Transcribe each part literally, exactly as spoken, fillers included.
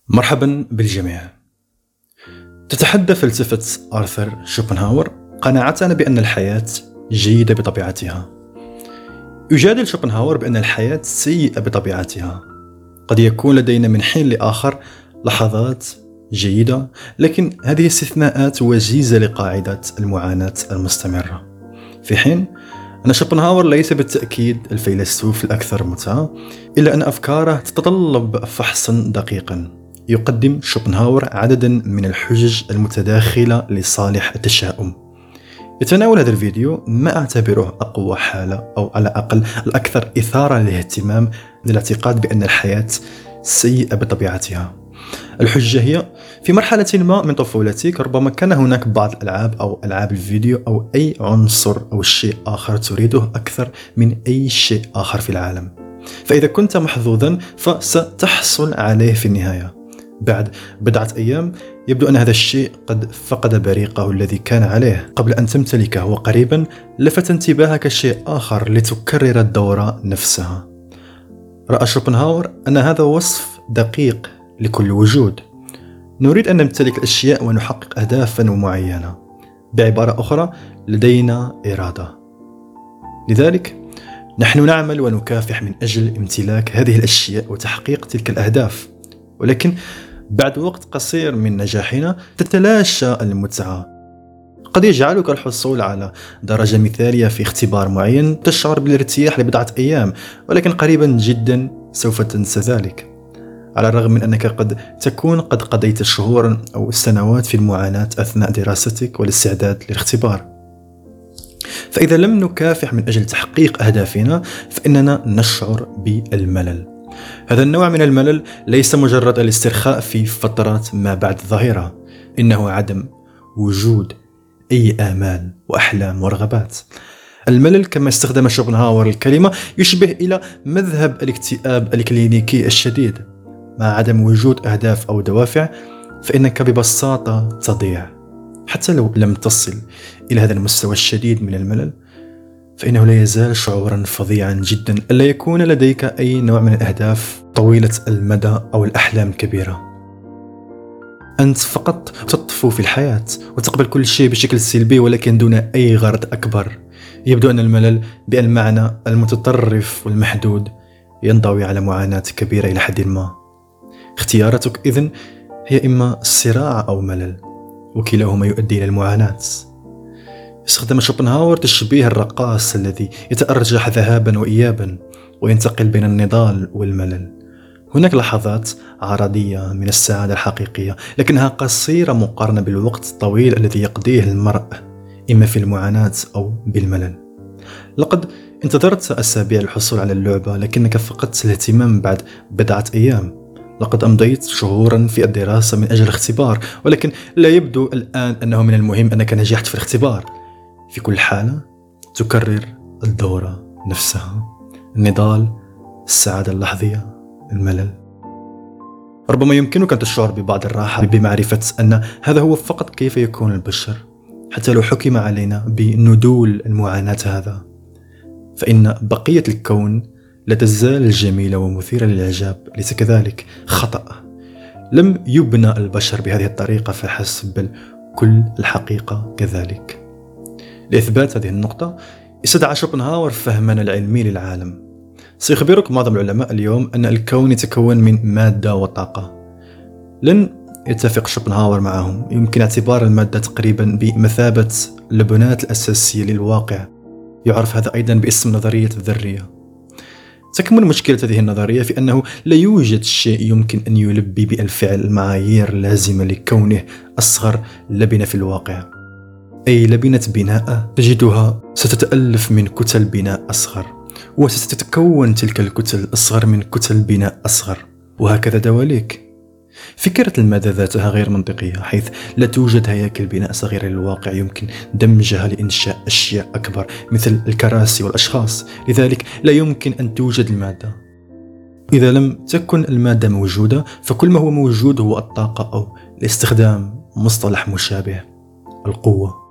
مرحبا بالجميع. تتحدى فلسفة آرثر شوبنهاور قناعتنا بأن الحياة جيدة بطبيعتها. يجادل شوبنهاور بأن الحياة سيئة بطبيعتها. قد يكون لدينا من حين لآخر لحظات جيدة، لكن هذه استثناءات وجيزة لقاعدة المعاناة المستمرة. في حين أن شوبنهاور ليس بالتأكيد الفيلسوف الأكثر متعة، إلا أن أفكاره تتطلب فحصا دقيقا. يقدم شوبنهاور عددا من الحجج المتداخلة لصالح التشاؤم. يتناول هذا الفيديو ما أعتبره أقوى حالة، أو على الأقل الأكثر إثارة للاهتمام، للاعتقاد بأن الحياة سيئة بطبيعتها. الحجة هي: في مرحلة ما من طفولتك ربما كان هناك بعض الألعاب أو ألعاب الفيديو أو أي عنصر أو شيء آخر تريده أكثر من أي شيء آخر في العالم، فإذا كنت محظوظا فستحصل عليه في النهاية. بعد بضعة أيام يبدو أن هذا الشيء قد فقد بريقه الذي كان عليه قبل أن تمتلكه، وقريبا لفت انتباهك شيء آخر لتكرر الدورة نفسها. رأى شوبنهاور أن هذا وصف دقيق لكل وجود. نريد أن نمتلك الأشياء ونحقق أهدافا معينة. بعبارة أخرى، لدينا إرادة. لذلك نحن نعمل ونكافح من أجل امتلاك هذه الأشياء وتحقيق تلك الأهداف، ولكن بعد وقت قصير من نجاحنا تتلاشى المتعة. قد يجعلك الحصول على درجة مثالية في اختبار معين تشعر بالارتياح لبضعة أيام، ولكن قريبا جدا سوف تنسى ذلك، على الرغم من أنك قد تكون قد قضيت شهورا أو سنوات في المعاناة أثناء دراستك والاستعداد للاختبار. فإذا لم نكافح من أجل تحقيق أهدافنا فإننا نشعر بالملل. هذا النوع من الملل ليس مجرد الاسترخاء في فترات ما بعد الظهيرة، إنه عدم وجود أي آمال وأحلام ورغبات. الملل كما استخدم شوبنهاور الكلمة يشبه إلى مذهب الاكتئاب الكلينيكي الشديد. مع عدم وجود أهداف أو دوافع فإنك ببساطة تضيع. حتى لو لم تصل إلى هذا المستوى الشديد من الملل فإنه لا يزال شعورا فظيعا جدا ألا يكون لديك أي نوع من الأهداف طويلة المدى أو الأحلام الكبيرة. أنت فقط تطفو في الحياة وتقبل كل شيء بشكل سلبي ولكن دون أي غرض أكبر. يبدو أن الملل بالمعنى المتطرف والمحدود ينضوي على معاناة كبيرة إلى حد ما. اختياراتك إذن هي إما صراع أو ملل، وكلاهما يؤدي إلى المعاناة. استخدم شوبنهاور تشبيه الرقاص الذي يتأرجح ذهابا وإيابا وينتقل بين النضال والملل. هناك لحظات عرضية من السعادة الحقيقية، لكنها قصيرة مقارنة بالوقت الطويل الذي يقضيه المرء إما في المعاناة أو بالملل. لقد انتظرت أسابيع للحصول على اللعبة لكنك فقدت الاهتمام بعد بضعة أيام. لقد أمضيت شهورا في الدراسة من أجل الاختبار، ولكن لا يبدو الآن أنه من المهم أنك نجحت في الاختبار. في كل حالة تكرر الدورة نفسها: النضال، السعادة اللحظية، الملل. ربما يمكنك أن تشعر ببعض الراحة بمعرفة أن هذا هو فقط كيف يكون البشر، حتى لو حكم علينا بندول المعاناة هذا، فإن بقية الكون لا تزال جميلة ومثيرة للإعجاب. ليس كذلك؟ خطأ. لم يبنى البشر بهذه الطريقة فحسب، بل كل الحقيقة كذلك. لإثبات هذه النقطة استدعى شوبنهاور فهمنا العلمي للعالم. سيخبرك معظم العلماء اليوم أن الكون يتكون من مادة وطاقة. لن يتفق شوبنهاور معهم. يمكن اعتبار المادة تقريبا بمثابة اللبنات الأساسية للواقع. يعرف هذا أيضا باسم نظرية الذرية. تكمن مشكلة هذه النظرية في أنه لا يوجد شيء يمكن أن يلبي بالفعل المعايير اللازمة لكونه أصغر لبنة في الواقع. أي لبنة بناء تجدها ستتألف من كتل بناء أصغر، وستتكون تلك الكتل أصغر من كتل بناء أصغر، وهكذا دواليك. فكرة المادة ذاتها غير منطقية، حيث لا توجد هياكل بناء صغيرة للواقع يمكن دمجها لإنشاء أشياء أكبر مثل الكراسي والأشخاص. لذلك لا يمكن أن توجد المادة. إذا لم تكن المادة موجودة فكل ما هو موجود هو الطاقة، أو لاستخدام مصطلح مشابه، القوة.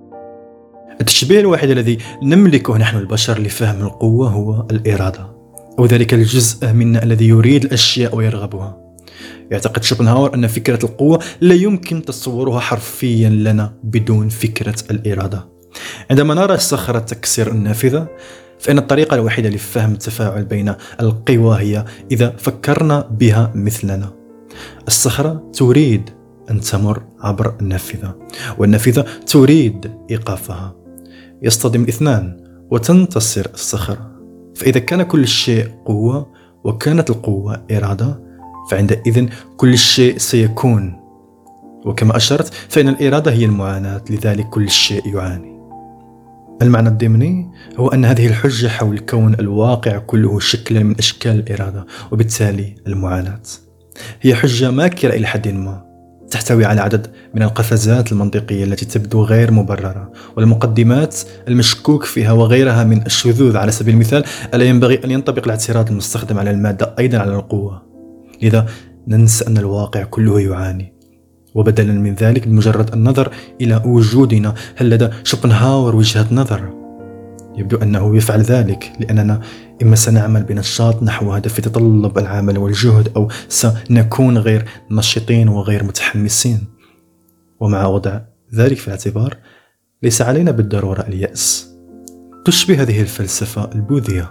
التشبيه الوحيد الذي نملكه نحن البشر لفهم القوة هو الإرادة. أو ذلك الجزء منا الذي يريد الأشياء ويرغبها. يعتقد شوبنهاور أن فكرة القوة لا يمكن تصورها حرفيا لنا بدون فكرة الإرادة. عندما نرى الصخرة تكسر النافذة، فإن الطريقة الوحيدة لفهم التفاعل بين القوى هي إذا فكرنا بها مثلنا. الصخرة تريد أن تمر عبر النافذة، والنافذة تريد إيقافها. يصطدم الاثنان وتنتصر الصخرة. فإذا كان كل شيء قوة وكانت القوة إرادة، فعندئذ كل شيء سيكون. وكما أشرت فإن الإرادة هي المعاناة، لذلك كل شيء يعاني. المعنى الضمني هو أن هذه الحجة حول كون الواقع كله شكلا من أشكال الإرادة، وبالتالي المعاناة هي حجة ماكرة إلى حد ما، تحتوي على عدد من القفزات المنطقية التي تبدو غير مبررة، والمقدمات المشكوك فيها وغيرها من الشذوذ. على سبيل المثال، ألا ينبغي أن ينطبق الاعتراض المستخدم على المادة أيضا على القوة؟ لذا ننسى أن الواقع كله يعاني، وبدلا من ذلك بمجرد النظر إلى وجودنا، هل لدى شوبنهاور وجهة نظر؟ يبدو أنه يفعل ذلك، لأننا إما سنعمل بنشاط نحو هدف يتطلب العمل والجهد، أو سنكون غير نشيطين وغير متحمسين. ومع وضع ذلك في الاعتبار، ليس علينا بالضرورة اليأس. تشبه هذه الفلسفة البوذية.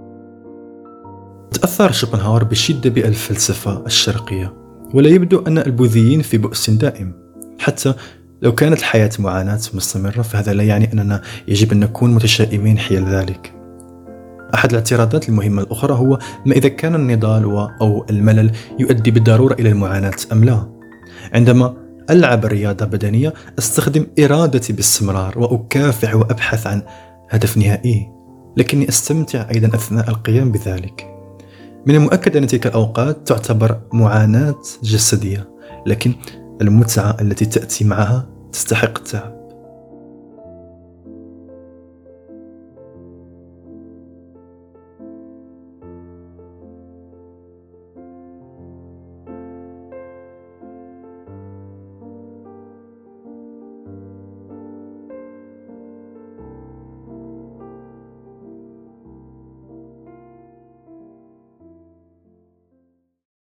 تأثر شوبنهاور بشدة بالفلسفة الشرقية، ولا يبدو أن البوذيين في بؤس دائم. حتى لو كانت الحياة معاناة مستمرة، فهذا لا يعني أننا يجب أن نكون متشائمين حيال ذلك. أحد الاعتراضات المهمة الأخرى هو ما إذا كان النضال أو الملل يؤدي بالضرورة إلى المعاناة أم لا. عندما ألعب رياضة بدنية، أستخدم إرادتي باستمرار وأكافح وأبحث عن هدف نهائي، لكني أستمتع أيضا أثناء القيام بذلك. من المؤكد أن تلك الأوقات تعتبر معاناة جسدية، لكن المتعة التي تأتي معها تستحق التعب.